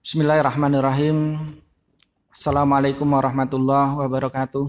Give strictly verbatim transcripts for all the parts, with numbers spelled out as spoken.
Bismillahirrahmanirrahim. Assalamualaikum warahmatullahi wabarakatuh.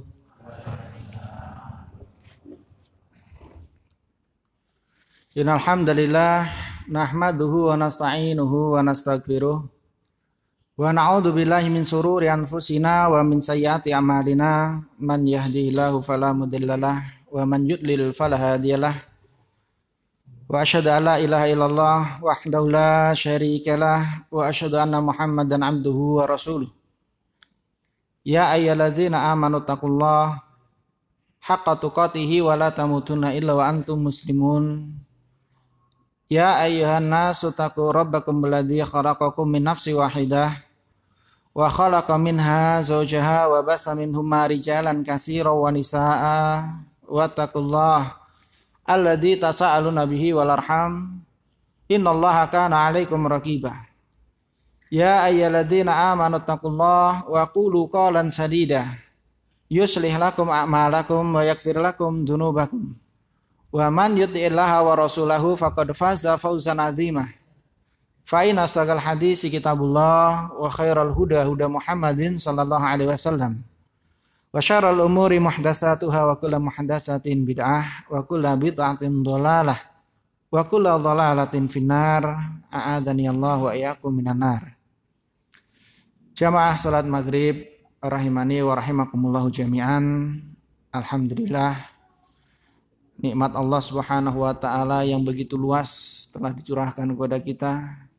Innal hamdalillah nahmaduhu wa nasta'inuhu wa nastaghfiruh wa na'udzu billahi min shururi anfusina wa min sayyiati a'malina man yahdihillahu fala mudhillalah wa man yudlil fala hadiyalah. Wa asyhadu an la ilaha illallah wahdahu la syarikalah wa asyhadu anna Muhammadan abduhu wa rasuluh. Ya ayyuhalladzina amanu taqullaha haqqa tuqatih wa la tamutunna illa wa antum muslimun. Ya ayyuhan nasu taqu rabbakum alladzi khalaqakum min nafsin wahidah wa khalaqa minha zawjaha wa basa minhuma rijalan katsiran wa nisaa'a wattaqullaha alladzi tasaaluna bihi wal arham innallaha kana 'alaikum raqiba. Ya ayyuhalladzina amanu taqullaha wa qulu qawlan sadida yuslih lakum a'malakum wa yaghfir lakum dzunubakum wa man yuti'illaha wa rasulahu faqad faza fawzan 'azima. Fa inna astaqal hadisi kitabullah wa khairal huda huda Muhammadin sallallahu alaihi wasallam. Wa syarrul umuri muhdatsatuha wa kullu muhdatsatin bid'ah wa kullu bid'atin dhalalah wa kullu dhalalatin finnar. A'adzani Allah wa iyyakum minan nar. Jamaah salat maghrib rahimani wa rahimakumullah jami'an. Alhamdulillah, nikmat Allah Subhanahu wa taala yang begitu luas telah dicurahkan kepada kita,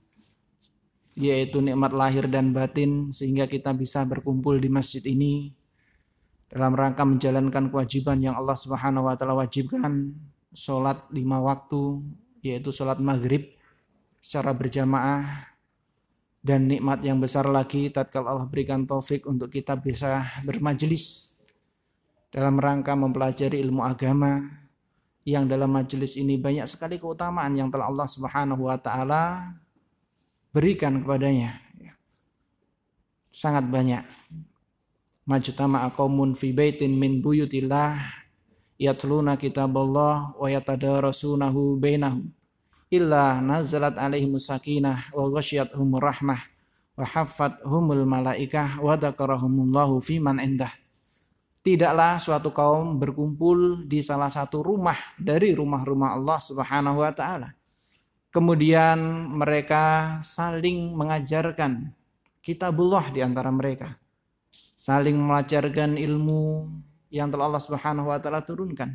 yaitu nikmat lahir dan batin, sehingga kita bisa berkumpul di masjid ini dalam rangka menjalankan kewajiban yang Allah Subhanahu wa taala wajibkan, salat lima waktu, yaitu salat maghrib secara berjamaah, dan nikmat yang besar lagi tatkala Allah berikan taufik untuk kita bisa bermajelis dalam rangka mempelajari ilmu agama, yang dalam majelis ini banyak sekali keutamaan yang telah Allah Subhanahu wa taala berikan kepadanya. Sangat banyak. Majtama'a qaumun fi baitin min buyutillah yatluna kitaballah wa yatadarasunahu bainahum illa nazalat alaihimus sakinah wa ghasyiyatuhumur rahmah wa haffathumul malaikah wa dzakarahumullahu fi man indah. Tidaklah suatu kaum berkumpul di salah satu rumah dari rumah-rumah Allah Subhanahu wa taala, kemudian mereka saling mengajarkan kitabullah di antara mereka, saling mengajarkan ilmu yang telah Allah Subhanahu wa taala turunkan.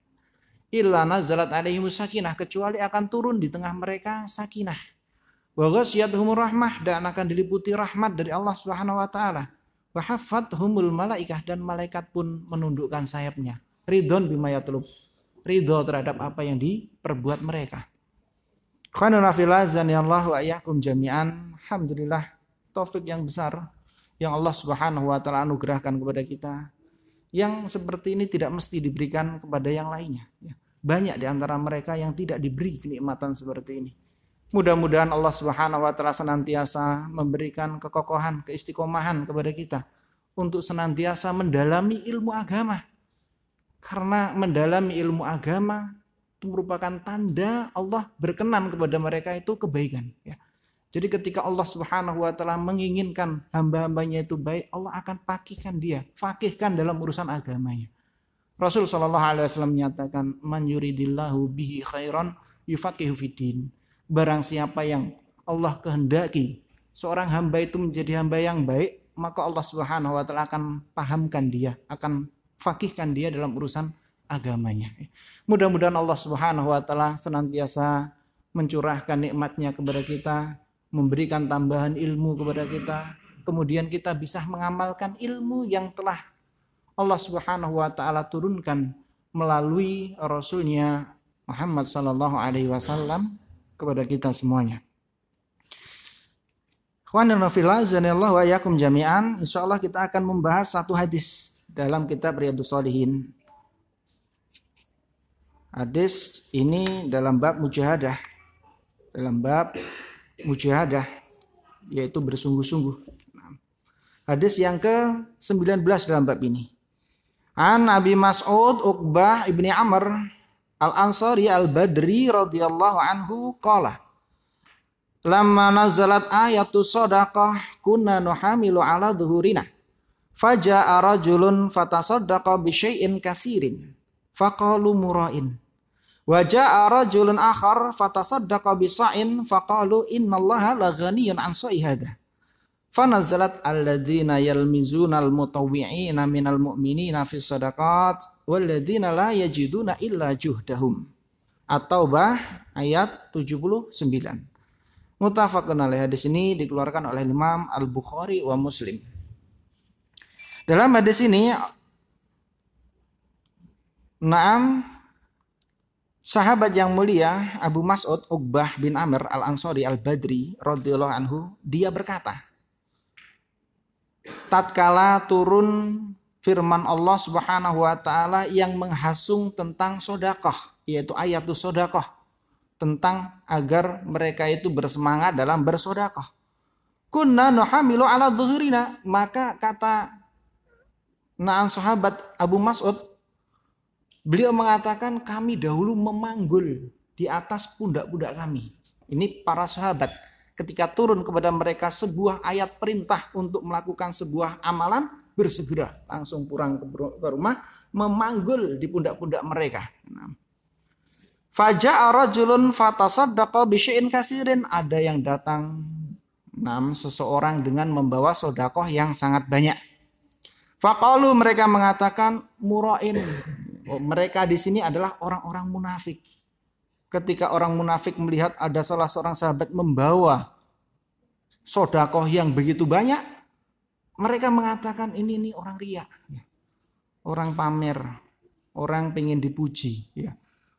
Illa nazalat alaihimus sakinah, kecuali akan turun di tengah mereka sakinah. Wa ghasyiyatuhumur rahmah, dan akan diliputi rahmat dari Allah Subhanahu wa taala. Wa haffathumul malaikah, dan malaikat pun menundukkan sayapnya. Ridon bima yatlub, ridho terhadap apa yang diperbuat mereka. Khana fillah zanallahu wa iyyakum jami'an. Alhamdulillah, taufik yang besar yang Allah Subhanahu wa taala anugerahkan kepada kita, yang seperti ini tidak mesti diberikan kepada yang lainnya. Banyak di antara mereka yang tidak diberi kenikmatan seperti ini. Mudah-mudahan Allah Subhanahu wa taala senantiasa memberikan kekokohan, keistiqomahan kepada kita untuk senantiasa mendalami ilmu agama. Karena mendalami ilmu agama itu merupakan tanda Allah berkenan kepada mereka itu kebaikan, ya. Jadi ketika Allah Subhanahu wa taala menginginkan hamba-hambanya itu baik, Allah akan pakihkan dia, fakihkan dalam urusan agamanya. Rasul sallallahu alaihi wasallam menyatakan, "Man yuridillahu bihi khairan yufaqihu fiddin." Barang siapa yang Allah kehendaki seorang hamba itu menjadi hamba yang baik, maka Allah Subhanahu wa taala akan pahamkan dia, akan fakihkan dia dalam urusan agamanya. Mudah-mudahan Allah Subhanahu wa taala senantiasa mencurahkan nikmatnya kepada kita, memberikan tambahan ilmu kepada kita, kemudian kita bisa mengamalkan ilmu yang telah Allah Subhanahu wa taala turunkan melalui Rasulnya Muhammad sallallahu alaihi wasallam kepada kita semuanya. Ikhwanul fillah zanallahu wa iyyakum jami'an. Insyaallah kita akan membahas satu hadis dalam kitab Riyadhus Shalihin. Hadis ini dalam bab mujahadah. Dalam bab mujahadah, yaitu bersungguh-sungguh. Hadis yang ke sembilan belas dalam bab ini. An Abi Mas'ud Uqbah ibni Amr Al-Ansari Al-Badri radhiyallahu anhu qala lamma nazalat ayatu shadaqah kunna nuhamilu ala dhuhurina faja'a rajulun fatasaddaqa bi syai'in katsirin faqalu mura'in wa ja'a rajulun akhar fatasaddaqa bi sa'in faqalu innallaha laghaniyyun 'an sa'i hadha fanazalat alladzina yalmizuna almutawwi'ina minal mu'minina fis shadaqat walladzina la yajiduna illa juhdahum. At-Taubah ayat tujuh puluh sembilan. Muttafaqun alaih. Hadis ini dikeluarkan oleh Imam Al-Bukhari wa Muslim. Dalam hadis ini, naam sahabat yang mulia Abu Mas'ud Uqbah bin Amr Al-Ansari Al-Badri radhiyallahu anhu, dia berkata, tatkala turun firman Allah Subhanahu wa taala yang menghasung tentang sedekah, yaitu ayat sedekah, tentang agar mereka itu bersemangat dalam bersedekah. Kunna nuhamilu ala dhuhurina, maka kata na'an sahabat Abu Mas'ud, beliau mengatakan kami dahulu memanggul di atas pundak-pundak kami. Ini para sahabat ketika turun kepada mereka sebuah ayat perintah untuk melakukan sebuah amalan, bersegera langsung pulang ke rumah memanggul di pundak-pundak mereka. Faja'a rajulun fatasaddaqa bi syai'in katsirin, ada yang datang nam seseorang dengan membawa sedekah yang sangat banyak. Faqalu, mereka mengatakan mura'in. Oh, mereka di sini adalah orang-orang munafik. Ketika orang munafik melihat ada salah seorang sahabat membawa sedekah yang begitu banyak, mereka mengatakan ini ini orang riya, orang pamer, orang pengen dipuji. Ya.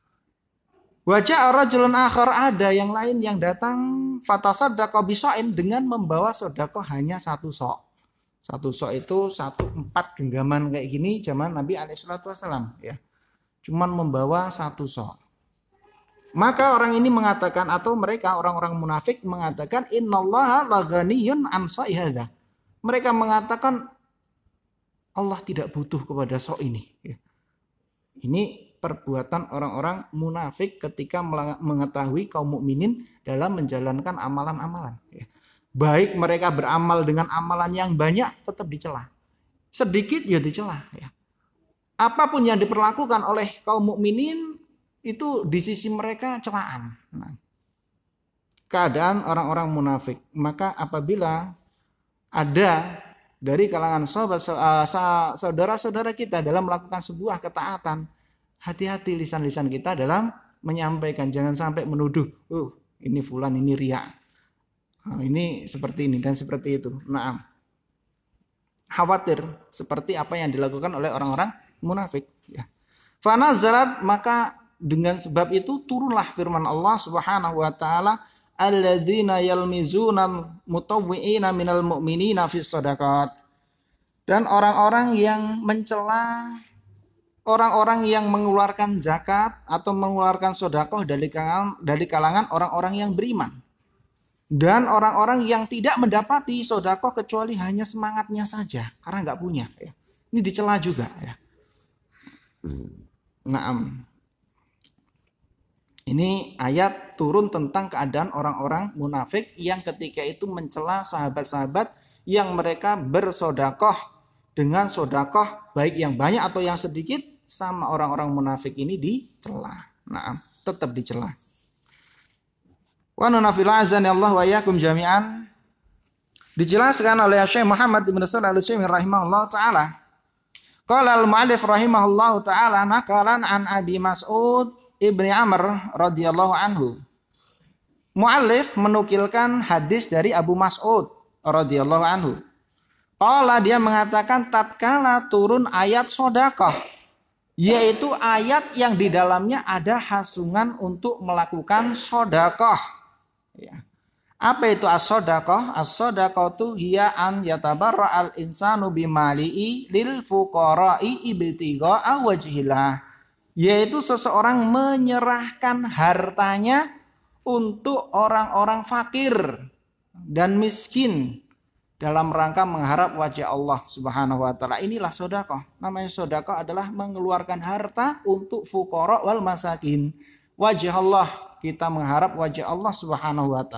Wajah rajulun akhar, ada yang lain yang datang fatasaddaqa bisa'in dengan membawa sedekah hanya satu sok. Satu sok itu satu empat genggaman kayak gini zaman Nabi alaihi salatu wasallam. Ya. Cuman membawa satu sok. Maka orang ini mengatakan, atau mereka orang-orang munafik mengatakan, innallaha laghaniyyun 'an sa'i hadza. Mereka mengatakan Allah tidak butuh kepada sok ini. Ini perbuatan orang-orang munafik ketika mengetahui kaum mukminin dalam menjalankan amalan-amalan. Baik mereka beramal dengan amalan yang banyak, tetap dicela. Sedikit ya dicela. Apapun yang diperlakukan oleh kaum mukminin itu di sisi mereka celaan. Nah, keadaan orang-orang munafik. Maka apabila ada dari kalangan sahabat, saudara-saudara kita dalam melakukan sebuah ketaatan, hati-hati lisan-lisan kita dalam menyampaikan. Jangan sampai menuduh, oh ini fulan, ini riya, oh, ini seperti ini dan seperti itu. Nah, khawatir seperti apa yang dilakukan oleh orang-orang munafik. Ya. Fanazalat, maka dengan sebab itu turunlah firman Allah Subhanahu wa taala, alladzina yalmizuna mutawwi'ina minal mu'minina fis shadaqat. Dan orang-orang yang mencela orang-orang yang mengeluarkan zakat atau mengeluarkan sedekah dari kalangan dari kalangan orang-orang yang beriman. Dan orang-orang yang tidak mendapati sedekah kecuali hanya semangatnya saja karena enggak punya, ya. Ini dicela juga, ya. Naam. Ini ayat turun tentang keadaan orang-orang munafik yang ketika itu mencela sahabat-sahabat yang mereka bersedekah dengan sedekah baik yang banyak atau yang sedikit, sama orang-orang munafik ini dicela. Nah, tetap dicela. Wa nunafil azani Allah wa iyyakum jami'an. Dijelaskan oleh Syekh Muhammad bin Shalih Al-Utsaimin rahimahullah taala. Qala al-mu'allif rahimahullah taala naqalan an Abi Mas'ud Ibni Amr radhiyallahu anhu. Mu'allif menukilkan hadis dari Abu Mas'ud radhiyallahu anhu. Qala, dia mengatakan tatkala turun ayat sedekah, yaitu ayat yang di dalamnya ada hasungan untuk melakukan sedekah. Ya. Apa itu as-sedekah? As-sedekatu hiya an yatabarra al-insanu bimali'i lil fuqara'i ibtigha'a wajhillah. Yaitu seseorang menyerahkan hartanya untuk orang-orang fakir dan miskin dalam rangka mengharap wajah Allah Subhanahu wa taala. Inilah sedekah. Namanya sedekah adalah mengeluarkan harta untuk fuqara wal masakin. Wajah Allah, kita mengharap wajah Allah Subhanahu wa taala.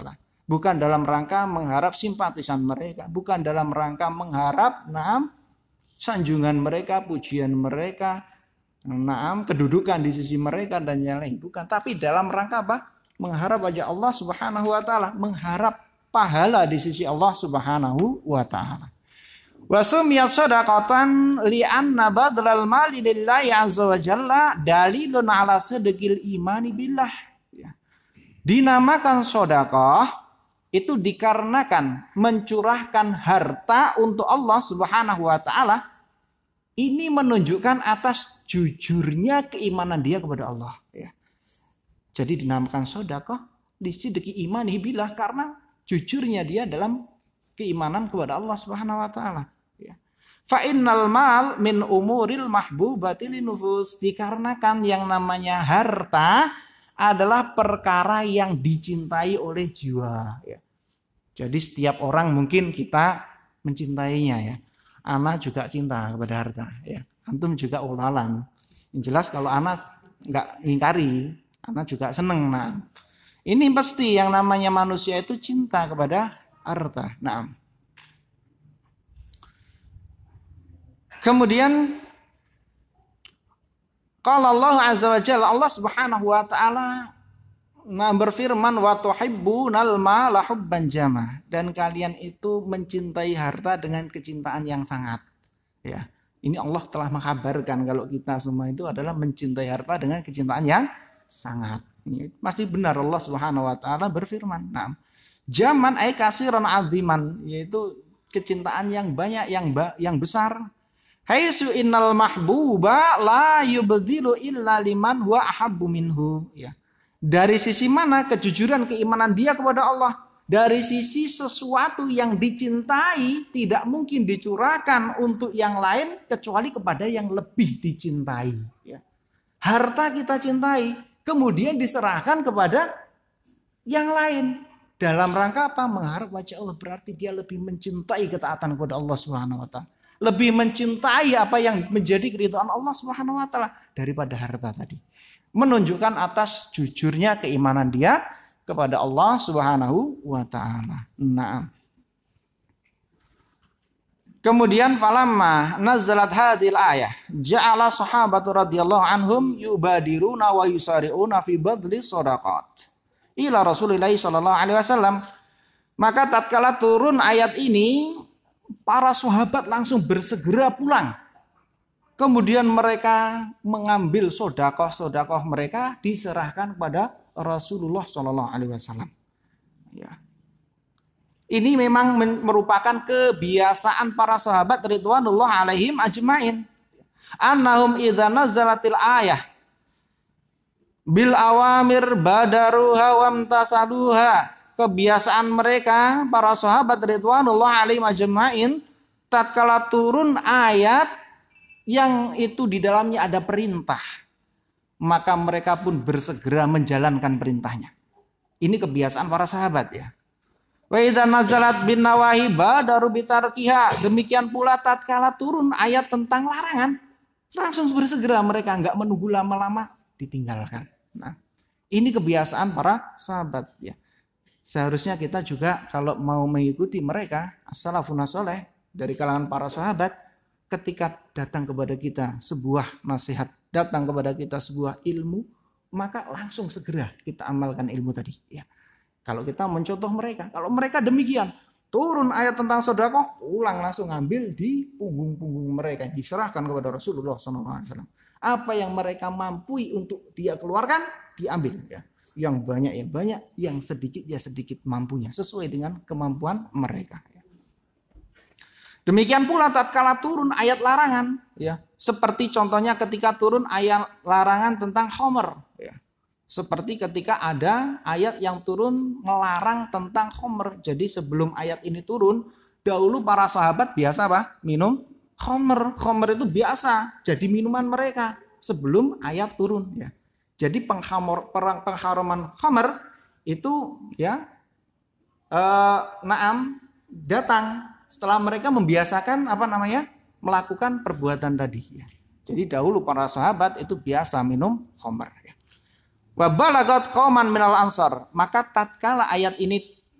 bukan dalam rangka mengharap simpatisan mereka, bukan dalam rangka mengharap naam sanjungan mereka, pujian mereka, naam kedudukan di sisi mereka dan yang lain, bukan, tapi dalam rangka apa? Mengharap wajah Allah Subhanahu wa taala, mengharap pahala di sisi Allah Subhanahu wa taala. Wa sumiyat shadaqatan li anna badlal mali lillahi azza wa jalla dalilun ala sidqil imani billah. Ya. Dinamakan sedekah itu dikarenakan mencurahkan harta untuk Allah Subhanahu wa taala, ini menunjukkan atas jujurnya keimanan dia kepada Allah, ya. Jadi dinamakan sedekah li sidqi imani billah karena jujurnya dia dalam keimanan kepada Allah Subhanahu wa taala. Fa innal mal min umuril mahbubati linufus, dikarenakan yang namanya harta adalah perkara yang dicintai oleh jiwa, ya. Jadi setiap orang mungkin kita mencintainya, ya. Ana juga cinta kepada harta, ya. Antum juga ulalan. Yang jelas kalau ana nggak ngingkari, ana juga seneng. Nah, ini pasti yang namanya manusia itu cinta kepada harta. Nah, kemudian qala Allah azza wa jalla, Allah Subhanahu wa taala berfirman wa tuhibbunal mala hubban jama, dan kalian itu mencintai harta dengan kecintaan yang sangat, ya. Ini Allah telah mengkabarkan kalau kita semua itu adalah mencintai harta dengan kecintaan yang sangat. Ini pasti benar Allah Subhanahu wa taala berfirman. Nah, jaman ay kasiran aziman, yaitu kecintaan yang banyak, yang yang besar. Haitsu innal mahbuba la yubdhilu illa liman huwa ahabbu minhu, ya. Dari sisi mana kejujuran keimanan dia kepada Allah? Dari sisi sesuatu yang dicintai tidak mungkin dicurahkan untuk yang lain kecuali kepada yang lebih dicintai, ya. Harta kita cintai, kemudian diserahkan kepada yang lain dalam rangka apa? Mengharap wajah Allah, berarti dia lebih mencintai ketaatan kepada Allah Subhanahu wa taala, lebih mencintai apa yang menjadi keridhaan Allah Subhanahu wa taala daripada harta tadi. Menunjukkan atas jujurnya keimanan dia kepada Allah Subhanahu wa taala. Naam. Kemudian falamma nazalat hadhil ayah ja'ala sahabatu radhiyallahu anhum yubadiruna wa yusari'una fi badli shadaqat ila Rasulillah sallallahu alaihi wasallam. Maka tatkala turun ayat ini, para sahabat langsung bersegera pulang. Kemudian mereka mengambil sedekah-sedekah mereka diserahkan kepada Rasulullah sallallahu alaihi wasallam. Ya. Ini memang merupakan kebiasaan para sahabat ridwanullah alaihim ajmain. Annahum idza nazalatil ayah bil awamir badaruha wamtasaluha. Kebiasaan mereka para sahabat ridwanullah alaihim ajmain, tatkala turun ayat yang itu di dalamnya ada perintah, maka mereka pun bersegera menjalankan perintahnya. Ini kebiasaan para sahabat, ya. Wa idza nazalat bin nawahi badaru bitarkiha. Demikian pula tatkala turun ayat tentang larangan, langsung bersegera mereka, enggak menunggu lama-lama ditinggalkan. Nah, ini kebiasaan para sahabat, ya. Seharusnya kita juga kalau mau mengikuti mereka, as-salafun saleh dari kalangan para sahabat, ketika datang kepada kita sebuah nasihat, datang kepada kita sebuah ilmu, maka langsung segera kita amalkan ilmu tadi, ya. Kalau kita mencontoh mereka, kalau mereka demikian, turun ayat tentang sedekah, pulang langsung ambil di punggung-punggung mereka, diserahkan kepada Rasulullah shallallahu alaihi wasallam. Apa yang mereka mampu untuk dia keluarkan, diambil, ya. Yang banyak ya banyak, yang sedikit ya sedikit mampunya, sesuai dengan kemampuan mereka, ya. Demikian pula tatkala turun ayat larangan, ya, seperti contohnya ketika turun ayat larangan tentang khamr, ya. Seperti ketika ada ayat yang turun melarang tentang khamr. Jadi sebelum ayat ini turun, dahulu para sahabat biasa apa? Minum khamr. Khamr itu biasa jadi minuman mereka sebelum ayat turun, ya. Jadi penghamor, pengharuman khamr itu, ya, eh, naam datang setelah mereka membiasakan apa namanya? Melakukan perbuatan tadi, ya. Jadi dahulu para sahabat itu biasa minum khamr, ya. Wa balagat qauman minal ansar. Maka tatkala ayat ini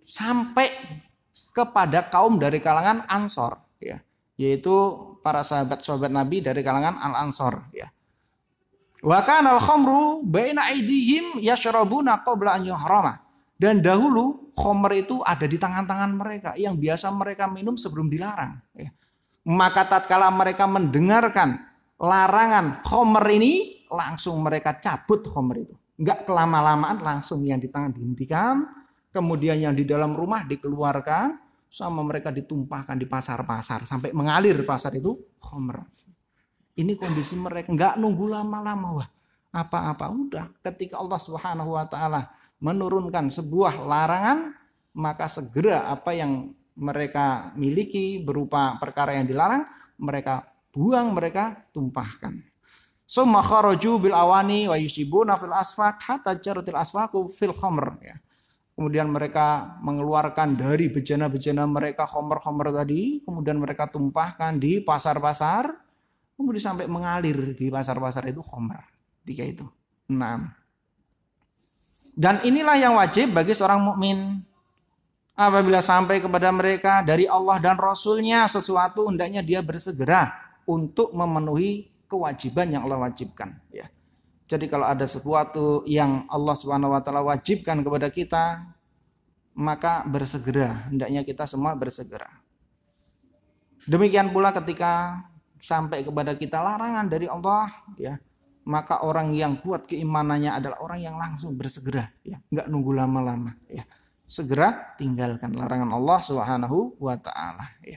sampai kepada kaum dari kalangan Ansor, ya, yaitu para sahabat-sahabat Nabi dari kalangan Al-Ansor, ya. Wa kana al-khamru baina aydihim yashrabuna qabla an yuhrama. Dan dahulu khamr itu ada di tangan-tangan mereka yang biasa mereka minum sebelum dilarang, ya. Maka tatkala mereka mendengarkan larangan khamr ini, langsung mereka cabut khamr itu. Enggak kelama-lamaan, langsung yang di tangan dihentikan, kemudian yang di dalam rumah dikeluarkan, sama mereka ditumpahkan di pasar-pasar sampai mengalir pasar itu khamr. Ini kondisi mereka, enggak nunggu lama-lama, wah apa-apa, udah ketika Allah Subhanahu wa taala menurunkan sebuah larangan, maka segera apa yang mereka miliki berupa perkara yang dilarang, mereka buang, mereka tumpahkan. Summa kharaju bil awani wa yusibuna fil asfaq hatta jaratil asfaqu fil khamr, ya. Kemudian mereka mengeluarkan dari bejana-bejana mereka khamr-khamr tadi, kemudian mereka tumpahkan di pasar-pasar, kemudian sampai mengalir di pasar-pasar itu khamr. Tiga itu. Enam. Dan inilah yang wajib bagi seorang mukmin. Apabila sampai kepada mereka dari Allah dan Rasulnya sesuatu, hendaknya dia bersegera untuk memenuhi kewajiban yang Allah wajibkan, ya. Jadi kalau ada sesuatu yang Allah Subhanahu wa taala wajibkan kepada kita, maka bersegera, hendaknya kita semua bersegera. Demikian pula ketika sampai kepada kita larangan dari Allah, ya, maka orang yang kuat keimanannya adalah orang yang langsung bersegera, ya, enggak nunggu lama-lama, ya. Segera tinggalkan larangan Allah Subhanahu wa taala, ya.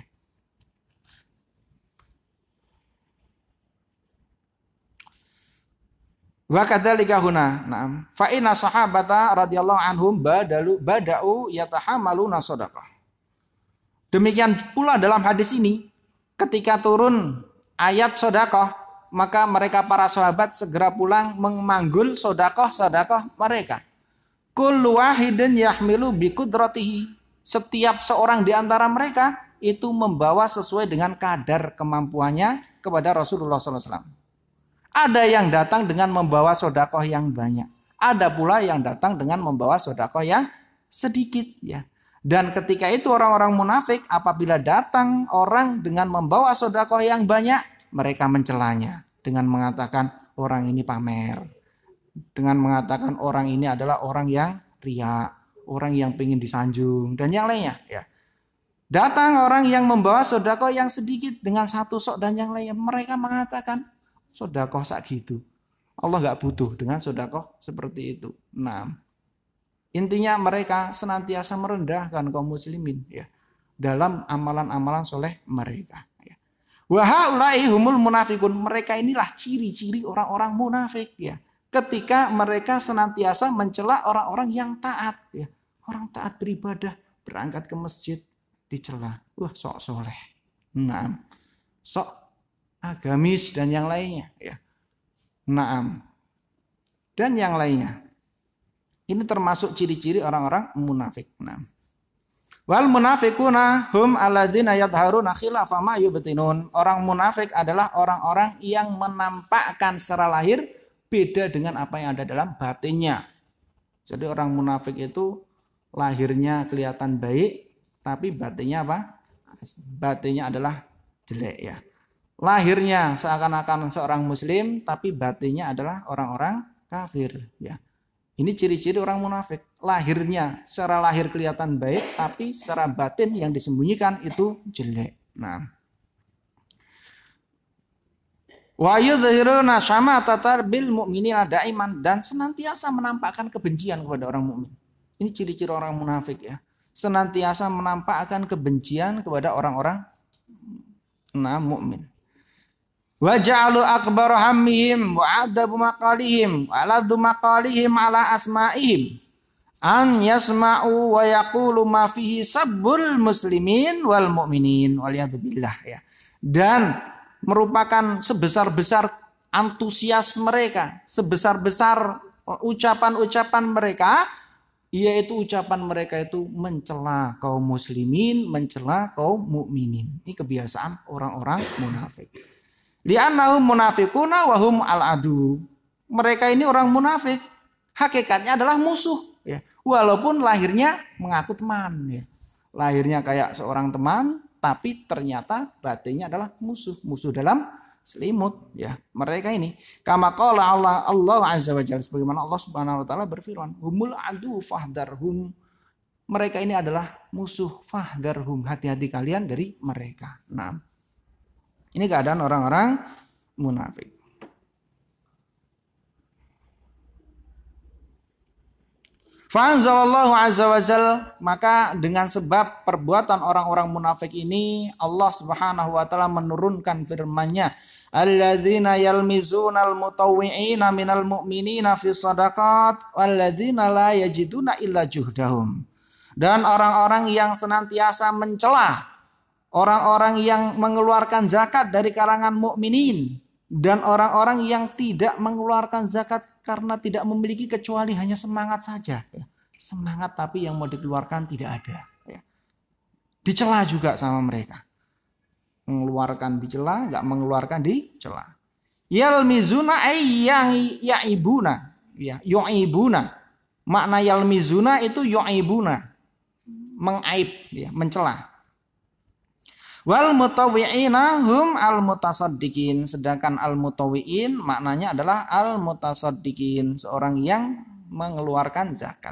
Wa kadzalika huna, na'am. Fa inna sahabata radhiyallahu anhum badalu bada'u yatahammaluna shadaqah. Demikian pula dalam hadis ini, ketika turun ayat sedekah, maka mereka para sahabat segera pulang memanggul sedekah-sedekah mereka. Kullu wahidin yahmilu bi qudratihi. Setiap seorang di antara mereka itu membawa sesuai dengan kadar kemampuannya kepada Rasulullah sallallahu alaihi wasallam. Ada yang datang dengan membawa sedekah yang banyak. Ada pula yang datang dengan membawa sedekah yang sedikit, ya. Dan ketika itu orang-orang munafik apabila datang orang dengan membawa sedekah yang banyak, mereka mencelanya dengan mengatakan orang ini pamer. Dengan mengatakan orang ini adalah orang yang riya, orang yang pengen disanjung dan yang lainnya, ya. Datang orang yang membawa sedekah yang sedikit dengan satu sok dan yang lainnya, mereka mengatakan sedekah sak gitu. Allah enggak butuh dengan sedekah seperti itu. Nah, intinya mereka senantiasa merendahkan kaum muslimin, ya, dalam amalan-amalan soleh mereka, ya. Wa haula'i humul munafikun. Mereka inilah ciri-ciri orang-orang munafik, ya. Ketika mereka senantiasa mencela orang-orang yang taat, ya. Orang taat beribadah, berangkat ke masjid, dicela. Wah, sok soleh. Naam. Sok agamis dan yang lainnya, ya. Naam. Dan yang lainnya. Ini termasuk ciri-ciri orang-orang munafik. Naam. Wal munafiquna hum alladzina yadharuna khilafa ma yubtinun. Orang munafik adalah orang-orang yang menampakkan secara lahir beda dengan apa yang ada dalam batinnya. Jadi orang munafik itu lahirnya kelihatan baik, tapi batinnya apa? Batinnya adalah jelek, ya. Lahirnya seakan-akan seorang muslim, tapi batinnya adalah orang-orang kafir, ya. Ini ciri-ciri orang munafik. Lahirnya secara lahir kelihatan baik, tapi secara batin yang disembunyikan itu jelek. Nah, wa yudhiruna syamatata bil mu'minina daiman, dan senantiasa menampakkan kebencian kepada orang mukmin. Ini ciri-ciri orang munafik, ya. Senantiasa menampakkan kebencian kepada orang-orang nah mukmin. Wa ja'alu akbar hammihim wa adabu maqalihim wa aladdu maqalihim ala asma'ihim an yasma'u wa yaqulu ma fihi sabbul muslimin wal mu'minin waliyadzubillah, ya. Dan merupakan sebesar-besar antusias mereka, sebesar-besar ucapan-ucapan mereka, yaitu ucapan mereka itu mencela kaum muslimin, mencela kaum mukminin. Ini kebiasaan orang-orang munafik. Li'annahum munafiquna wa hum al-adu. Mereka ini orang munafik, hakikatnya adalah musuh, ya. Walaupun lahirnya mengaku teman ya. Lahirnya kayak seorang teman, tapi ternyata batinnya adalah musuh, musuh dalam selimut ya. Mereka ini kama qala Allah Allah azza wa jalla, sebagaimana Allah Subhanahu wa taala berfirman, humul adu fahdharhum. Mereka ini adalah musuh, fahdharhum, hati-hati kalian dari mereka. Nah, ini keadaan orang-orang munafik. Fa'anzalallahu azza wa jal, maka dengan sebab perbuatan orang-orang munafik ini Allah Subhanahu wa taala menurunkan firman-Nya, alladzina yalmizunal mutawwi'ina minal mu'minina fi shadaqat walladzina la yajiduna illa juhdahum. Dan orang-orang yang senantiasa mencela orang-orang yang mengeluarkan zakat dari kalangan mukminin dan orang-orang yang tidak mengeluarkan zakat karena tidak memiliki kecuali hanya semangat saja. Semangat tapi yang mau dikeluarkan tidak ada. Dicela juga sama mereka. Mengeluarkan dicela, nggak mengeluarkan dicela. Yalmizuna ay yang yaibuna, ya, yu'ibuna. Makna yalmizuna itu yu'ibuna, mengaib, ya, mencela. Wal mutawwi'ina hum al mutasaddiqin, sedangkan al mutawwi'in maknanya adalah al mutasaddiqin, seorang yang mengeluarkan zakat.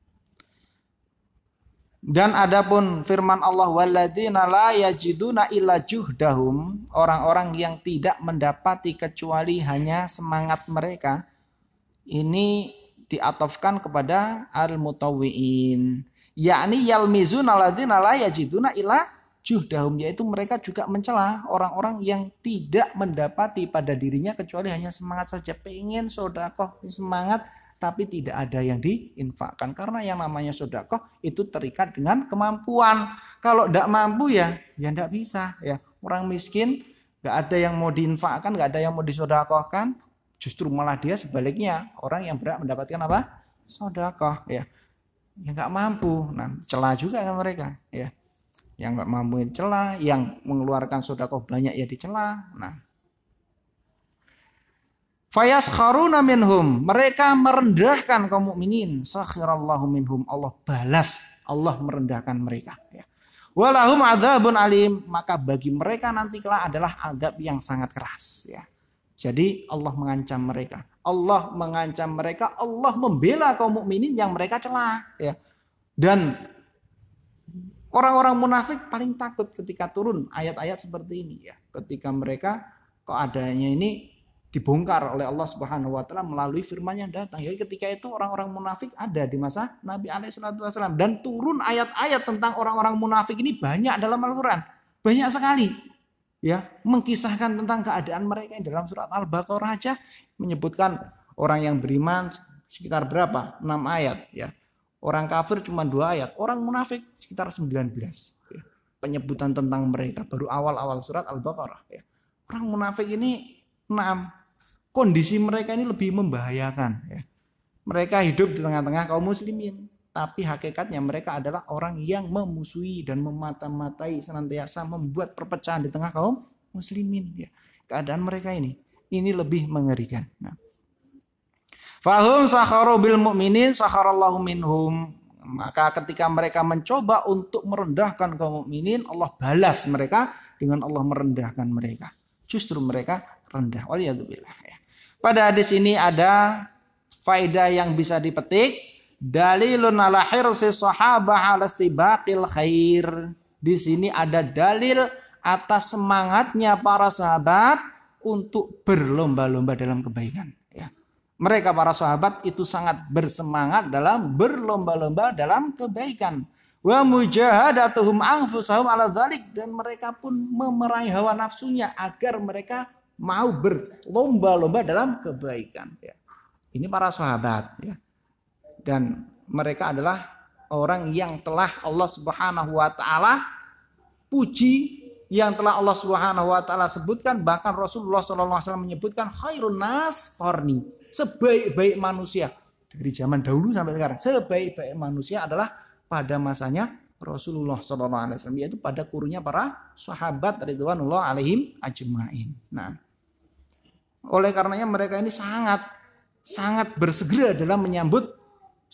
Dan adapun firman Allah walladzina la yajiduna illa juhdahum, orang-orang yang tidak mendapati kecuali hanya semangat mereka, ini diatofkan kepada al mutawwi'in, yakni yalmizuna alladzina la yajiduna illa juhdahum, yaitu mereka juga mencela orang-orang yang tidak mendapati pada dirinya kecuali hanya semangat saja, pengen sedekah, semangat tapi tidak ada yang diinfakkan, karena yang namanya sedekah itu terikat dengan kemampuan. Kalau tidak mampu ya ya tidak bisa ya. Orang miskin nggak ada yang mau diinfakkan, nggak ada yang mau disedekahkan, justru malah dia sebaliknya, orang yang berhak mendapatkan apa? Sedekah ya. Ya nggak mampu, nah celah juga sama mereka ya. Yang nggak mampu dicela, yang mengeluarkan sedekah banyak ya dicela. Nah, fayaskharuna minhum, mereka merendahkan kaum mukminin. Sakhirallahu minhum, Allah balas, Allah merendahkan mereka. Ya. Walahum adzabun alim, maka bagi mereka nanti kelak adalah azab yang sangat keras. Ya. Jadi Allah mengancam mereka, Allah mengancam mereka, Allah membela kaum mukminin yang mereka cela. Ya. Dan orang-orang munafik paling takut ketika turun ayat-ayat seperti ini ya. Ketika mereka kok adanya ini dibongkar oleh Allah Subhanahu wa taala melalui firman yang datang. Jadi ketika itu orang-orang munafik ada di masa Nabi alaihi salatu wasallam, dan turun ayat-ayat tentang orang-orang munafik ini banyak dalam Al-Qur'an. Banyak sekali. Ya, mengkisahkan tentang keadaan mereka yang dalam surat Al-Baqarah aja menyebutkan orang yang beriman sekitar berapa? enam ayat ya. Orang kafir cuma dua ayat, orang munafik sekitar sembilan belas. Ya. Penyebutan tentang mereka baru awal-awal surat Al-Baqarah. Ya. Orang munafik ini enam. Kondisi mereka ini lebih membahayakan. Ya. Mereka hidup di tengah-tengah kaum muslimin, tapi hakikatnya mereka adalah orang yang memusuhi dan memata-matai, senantiasa membuat perpecahan di tengah kaum muslimin. Ya. Keadaan mereka ini, ini lebih mengerikan. Nah. Fahum sakharu bil mu'minin sakharallahu minhum. Maka ketika mereka mencoba untuk merendahkan kaum mukminin, Allah balas mereka dengan Allah merendahkan mereka. Justru mereka rendah. Waliyadzubillah. Pada hadis ini ada faedah yang bisa dipetik. Dalilun ala hirsi sahabah ala istibaqil khair. Di sini ada dalil atas semangatnya para sahabat untuk berlomba-lomba dalam kebaikan. Mereka para sahabat itu sangat bersemangat dalam berlomba-lomba dalam kebaikan. Wa mujahadatuhum anfusahum ala dzalik, dan mereka pun memerangi hawa nafsunya agar mereka mau berlomba-lomba dalam kebaikan. Ya. Ini para sahabat ya. Dan mereka adalah orang yang telah Allah Subhanahu wa taala puji, yang telah Allah Subhanahu wa taala sebutkan, bahkan Rasulullah shallallahu alaihi wasallam menyebutkan khairun nas qarni, sebaik-baik manusia dari zaman dahulu sampai sekarang. Sebaik-baik manusia adalah pada masanya Rasulullah shallallahu alaihi wasallam, yaitu pada kurunnya para sahabat ridwanullah alaihim ajmain. Nah, oleh karenanya mereka ini sangat sangat bersegera dalam menyambut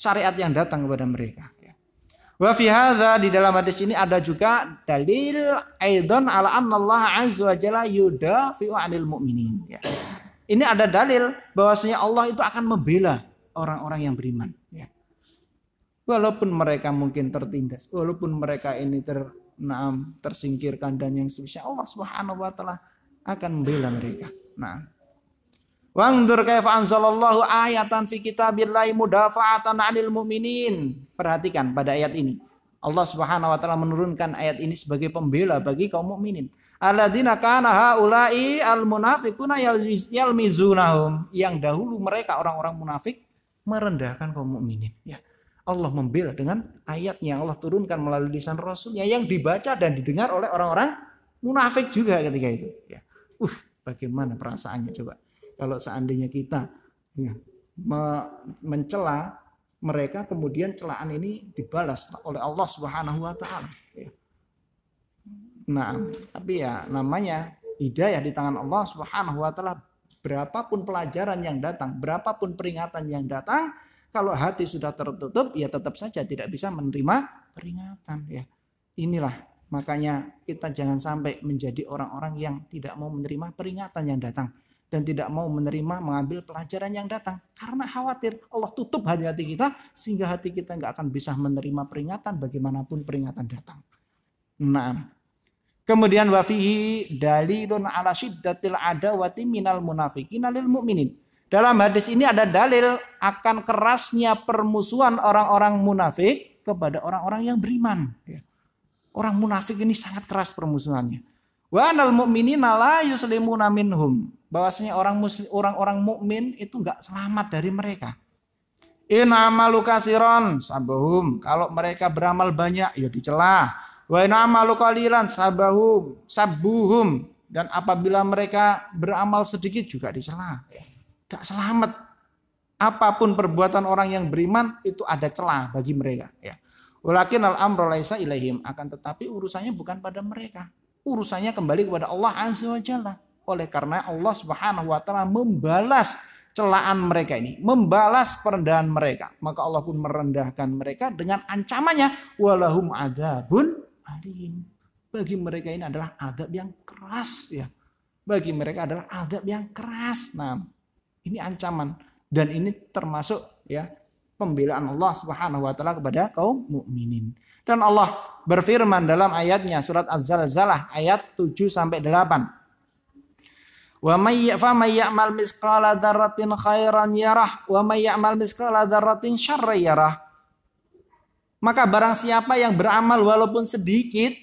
syariat yang datang kepada mereka. Wa fi hadza, di dalam hadis ini ada juga dalil aidan ala anna Allah azza wa jalla yudafi'u 'anil mu'minin. Ya. Ini ada dalil bahwasanya Allah itu akan membela orang-orang yang beriman. Ya. Walaupun mereka mungkin tertindas, walaupun mereka ini ter, naam, tersingkirkan dan yang semisal, Allah Subhanahu wa taala akan membela mereka. Nah. Wangdur kaifa anzalallahu ayatan fi kitabillahi mudafa'atan 'anil mu'minin. Perhatikan pada ayat ini. Allah Subhanahu wa taala menurunkan ayat ini sebagai pembela bagi kaum mukminin. Alladzina kana haula'i almunafiquna yalmizunahum. Yang dahulu mereka orang-orang munafik merendahkan kaum mukminin. Ya. Allah membela dengan ayatnya Allah turunkan melalui lisan Rasulnya yang dibaca dan didengar oleh orang-orang munafik juga ketika itu. Ya. Uh, bagaimana perasaannya coba? Kalau seandainya kita ya, me- mencela mereka, kemudian celaan ini dibalas oleh Allah Subhanahu wa taala. Ya. Nah, tapi ya namanya hidayah di tangan Allah Subhanahu wa taala. Berapapun pelajaran yang datang, berapapun peringatan yang datang, kalau hati sudah tertutup, ya tetap saja tidak bisa menerima peringatan. Ya. Inilah makanya kita jangan sampai menjadi orang-orang yang tidak mau menerima peringatan yang datang. Dan tidak mau menerima mengambil pelajaran yang datang. Karena khawatir Allah tutup hati-hati kita. Sehingga hati kita nggak akan bisa menerima peringatan bagaimanapun peringatan datang. Nah. Kemudian wafihi dalilun ala syiddatil adawati minal munafiqina lil mu'minin. Dalam hadis ini ada dalil akan kerasnya permusuhan orang-orang munafik kepada orang-orang yang beriman. Orang munafik ini sangat keras permusuhannya. Wa anal mu'minina la yuslimuna minhum. Bahwasanya orang muslim, orang-orang mukmin itu enggak selamat dari mereka. In amalu kasiron sabahum. Kalau mereka beramal banyak ya dicela. Wa in amalu qalilan sabahum sabuhum. Dan apabila mereka beramal sedikit juga dicela. Enggak selamat. Apapun perbuatan orang yang beriman itu ada celah bagi mereka, ya. Walakin al-amru laisa ilaihim, akan tetapi urusannya bukan pada mereka. Urusannya kembali kepada Allah Azza wa Jalla. Oleh karena Allah Subhanahu wa taala membalas celaan mereka ini, membalas perendahan mereka, maka Allah pun merendahkan mereka dengan ancamannya walahum adzabun alim. Bagi mereka ini adalah azab yang keras, ya. Bagi mereka adalah azab yang keras. Nah, ini ancaman dan ini termasuk ya pembelaan Allah Subhanahu wa taala kepada kaum mukminin. Dan Allah berfirman dalam ayatnya surat Az-Zalzalah ayat tujuh sampai delapan. Wa may ya'mal misqala dzarratin khairan yarah wa may ya'mal misqala dzarratin syarran yarah. Maka barang siapa yang beramal walaupun sedikit,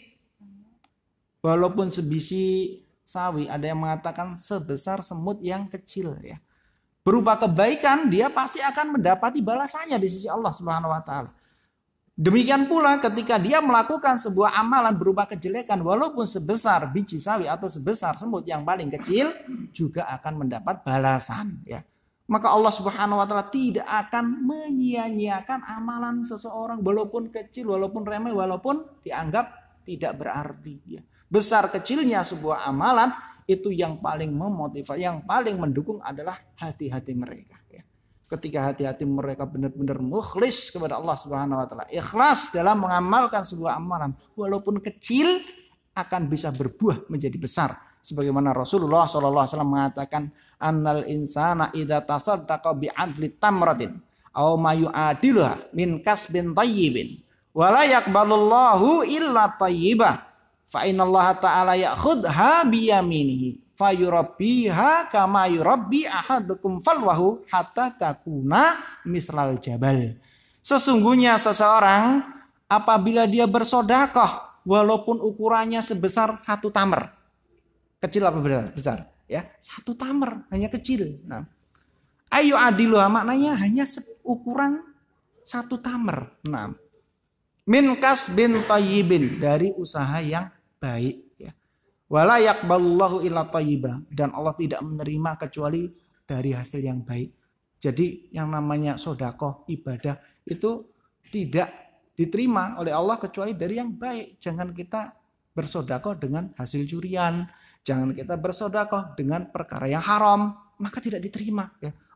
walaupun sebisi sawi, ada yang mengatakan sebesar semut yang kecil, ya, berupa kebaikan, dia pasti akan mendapati balasannya di sisi Allah Subhanahu wa taala. Demikian pula ketika dia melakukan sebuah amalan berupa kejelekan walaupun sebesar biji sawi atau sebesar semut yang paling kecil juga akan mendapat balasan, ya. Maka Allah Subhanahu wa taala tidak akan menyia-nyiakan amalan seseorang walaupun kecil, walaupun remeh, walaupun dianggap tidak berarti, ya. Besar kecilnya sebuah amalan itu yang paling memotivasi, yang paling mendukung adalah hati-hati mereka. Ketika hati-hati mereka benar-benar mukhlis kepada Allah Subhanahu wa taala, ikhlas dalam mengamalkan sebuah amalan walaupun kecil akan bisa berbuah menjadi besar. Sebagaimana Rasulullah shallallahu alaihi wasallam mengatakan, annal insana idza tasaddaqa bi adli tamratin aw ma yu'adiluha min kasbin thayyibin wa la yaqbalullahu illa thayyibah fa innallaha ta'ala ya'khudha bi yaminihi fayurabbiha kama yurabbi ahadukum falwahu hatta takuna mislal jabal. Sesungguhnya seseorang apabila dia bersedekah walaupun ukurannya sebesar satu tamer. Kecil apa besar? Ya, satu tamer, hanya kecil. Nah, ayu adiluha maknanya hanya ukuran satu tamer. Nah, min kasbin thayyibin, dari usaha yang baik. Wala yaqbalullahu illa thayyibah, dan Allah tidak menerima kecuali dari hasil yang baik. Jadi yang namanya sedekah ibadah itu tidak diterima oleh Allah kecuali dari yang baik. Jangan kita bersedekah dengan hasil curian, jangan kita bersedekah dengan perkara yang haram, maka tidak diterima, ya.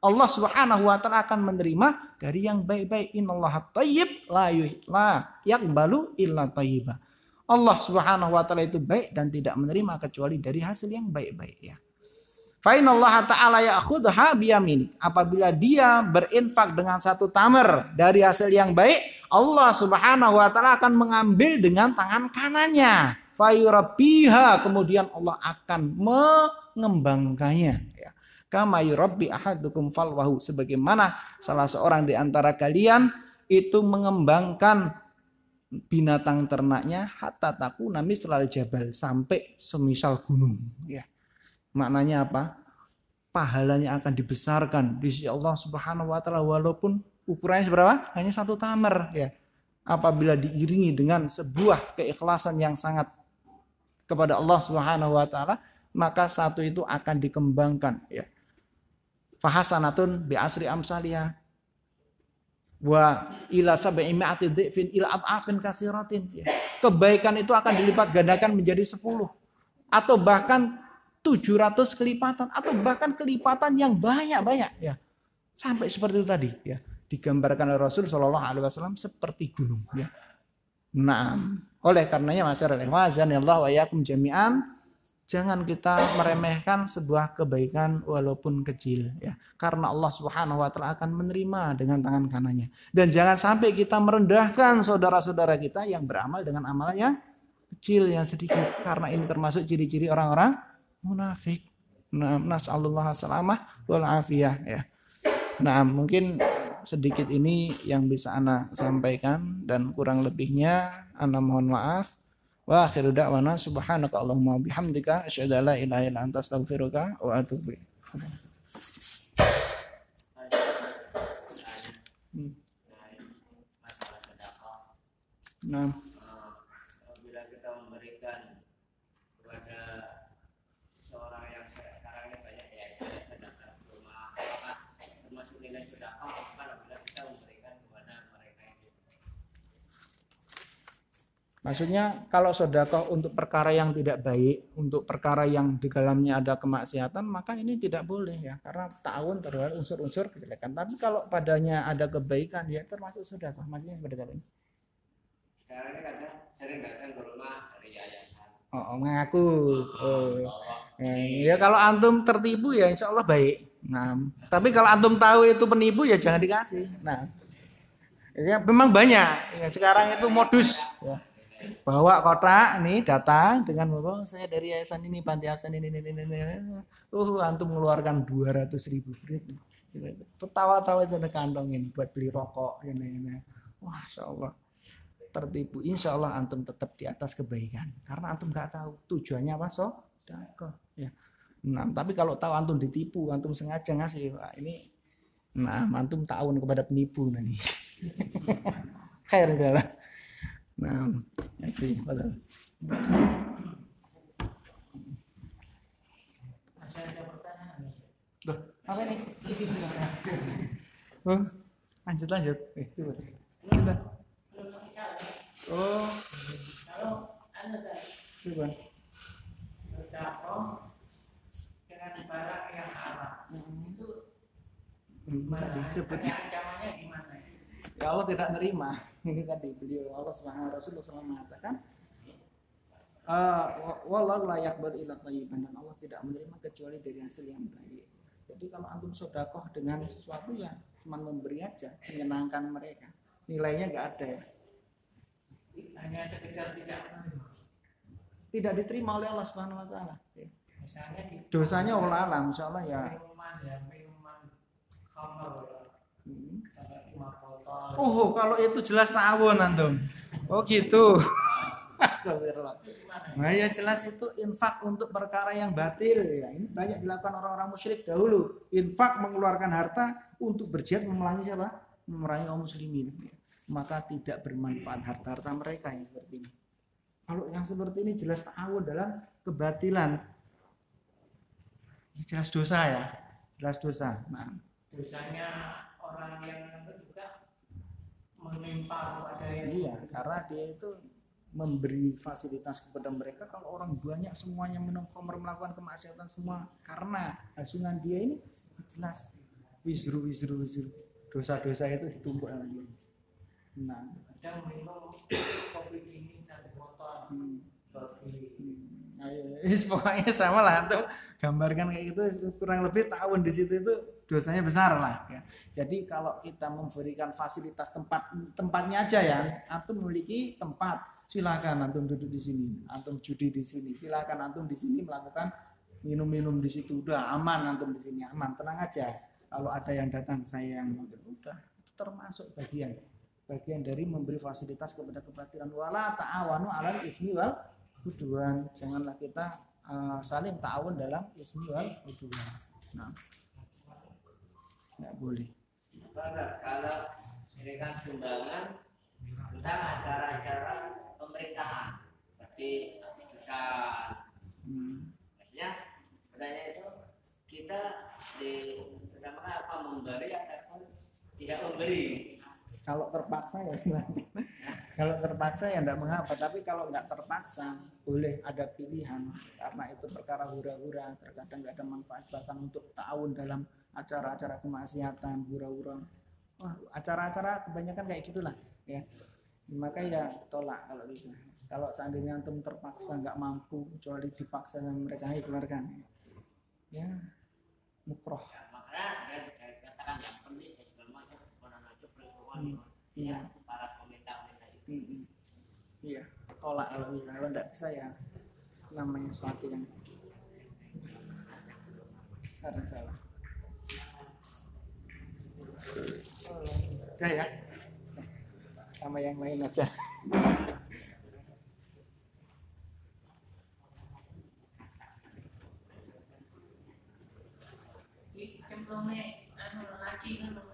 Allah Subhanahu wa taala akan menerima dari yang baik-baik. Innallaha thayyib la la yaqbalu illa thayyiba. Allah Subhanahu wa taala itu baik dan tidak menerima kecuali dari hasil yang baik-baik ya. Fa innallaha ta'ala ya'khudha biyamin. Apabila dia berinfak dengan satu tamer dari hasil yang baik, Allah Subhanahu wa taala akan mengambil dengan tangan kanannya. Fa yurabbiha, kemudian Allah akan mengembangkannya. Kama yurabbi ahadukum falwahu, sebagaimana salah seorang di antara kalian itu mengembangkan binatang ternaknya hatta takuna mislal jabal, sampai semisal gunung ya. Maknanya apa? Pahalanya akan dibesarkan di sisi Allah Subhanahu wa taala walaupun ukurannya seberapa? Hanya satu tamer ya. Apabila diiringi dengan sebuah keikhlasan yang sangat kepada Allah Subhanahu wa taala, maka satu itu akan dikembangkan ya. Fahasanatun bi asri amsalia wa ila sab'i mi'ati dhifin ila at'afin kasiratin ya. Kebaikan itu akan dilipat gandakan menjadi sepuluh atau bahkan tujuh ratus kelipatan atau bahkan kelipatan yang banyak-banyak ya. Sampai seperti itu tadi ya. Digambarkan oleh Rasul sallallahu alaihi wasallam seperti gunung ya. Nah, oleh karenanya masyarakat wazanillahu wa iyyakum jami'an, jangan kita meremehkan sebuah kebaikan walaupun kecil ya. Karena Allah Subhanahu wa taala akan menerima dengan tangan kanannya. Dan jangan sampai kita merendahkan saudara-saudara kita yang beramal dengan amal yang kecil, yang sedikit, karena ini termasuk ciri-ciri orang-orang munafik. Nah, nasallallahu salamah wal afiyah ya. Nah, mungkin sedikit ini yang bisa ana sampaikan dan kurang lebihnya ana mohon maaf. Wa akhiru da'wana subhanaka Allahumma bihamdika asyhadu an la ilaha illa anta astaghfiruka wa atubu ilaik. Nah, bila kita memberikan kepada seorang yang sekarang ini banyak ya sedekah rumah, termasuk nilai sedekah apabila kita memberikan kepada mereka itu. maksudnya kalau sedekah untuk perkara yang tidak baik, untuk perkara yang di dalamnya ada kemaksiatan, maka ini tidak boleh ya, karena ta'awun terhadap unsur-unsur kejelekan. Tapi kalau padanya ada kebaikan, ya termasuk sedekah. Maksudnya seperti ini. Sekarang ini kadang sering datang ke rumah dari yayasan. Oh, mengaku. Oh. Ya kalau antum tertipu ya insya Allah baik. Nah, tapi kalau antum tahu itu penipu ya jangan dikasih. Nah, ya memang banyak. Ya, sekarang itu modus. Ya. Bawa kotak nih datang dengan bawa saya dari yayasan ini, panti asuhan ini, ini, ini, ini. Uh, antum mengeluarkan dua ratus ribu. Tertawa-tawa sana kantongin buat beli rokok ini, ini. Wah, insya Allah tertipu. Insya Allah antum tetap di atas kebaikan karena antum nggak tahu tujuannya apa so. Ya. Nah, tapi kalau tahu antum ditipu, antum sengaja ngasih, wah, ini, nah antum ta'awun kepada penipu nanti. Khair salah. Nah, itu betul. Masih ada pertanyaan? Duh, apa ini? Oh, lanjut lanjut. Eh, coba. Coba. Oh, Kalau anda tadi coba. berdakwah dengan barang yang haram itu Hmm, tadi sebut. ancamannya gimana? Ya Allah tidak nerima. Ini tadi beliau Allah Subhanahu wa taala mengatakan uh, wallahu la yaqbal illa thayyiban, dan Allah tidak menerima kecuali dari hasil yang baik. Jadi kalau antum sedekah dengan sesuatu ya cuma memberi aja, menyenangkan mereka. Nilainya enggak ada ya. Hanya sekedar tidak menerima. Tidak diterima oleh Allah Subhanahu wa taala. Misalnya di Dosanya Allah alam insyaallah ya. minuman ya, minuman khamr Hmm. sampai lima botol. Oh, kalau itu jelas ta'awun antum. Oh gitu. Astagfirullah. Nah ya jelas itu infak untuk perkara yang batil ya. Ini banyak dilakukan orang-orang musyrik dahulu. Infak mengeluarkan harta untuk berjihad memerangi siapa? Memerangi kaum muslimin. Maka tidak bermanfaat harta-harta mereka yang seperti ini. Kalau yang seperti ini jelas ta'awun dalam kebatilan. Ini jelas dosa ya. Jelas dosa. Nah, Dosanya orang yang itu juga menimpa kepada yang iya, karena dia itu memberi fasilitas kepada mereka. Kalau orang banyak semuanya minum khamr, melakukan kemaksiatan semua karena hasungan dia ini jelas Wizru, wizru, wizru. Dosa-dosa itu ditumpuk lagi. Nah, Kadang minum kopi dingin satu botol hmm. bagi Hmm. Ayo, is, pokoknya sama lah tuh gambarkan kayak gitu kurang lebih tahun di situ itu dosanya besar lah ya. Jadi kalau kita memberikan fasilitas tempat tempatnya aja ya, antum memiliki tempat, silakan antum duduk di sini, antum judi di sini, silakan antum di sini melakukan minum-minum di situ, udah aman antum di sini aman, tenang aja. Kalau ada yang datang saya yang udah itu termasuk bagian bagian dari memberi fasilitas kepada kebatilan. Wala ta'awanu 'alal ismi wal udwan. Janganlah kita uh, saling ta'awun dalam ismi wal udwan. Nah, nggak boleh. kalau ini kan sumbangan tentang acara-acara pemerintahan seperti Agustusan. Hmm. Maksudnya sebenarnya itu kita di pertama apa memberi ataupun tidak memberi. Kalau terpaksa ya silakan. Kalau terpaksa ya tidak mengapa. Tapi kalau nggak terpaksa boleh ada pilihan. Karena itu perkara hura-hura. Terkadang nggak ada manfaat bahkan untuk tahun dalam acara-acara kemaksiatan hura-hura. Wah, acara-acara kebanyakan kayak gitulah. Ya, maka ya tolak kalau bisa. Kalau seandainya antum terpaksa nggak mampu, kecuali dipaksa sama mereka, ayo keluarkan. Ya, mukroh. Makanya saya katakan yang penting ya para pemerintah-pemerintah itu. Hmm. Iya, tolak kalau bisa. Kalau tidak bisa ya namanya suatu yang ada salah. Udah ya, sama yang lain aja. Ini cemplungnya anu lagi kan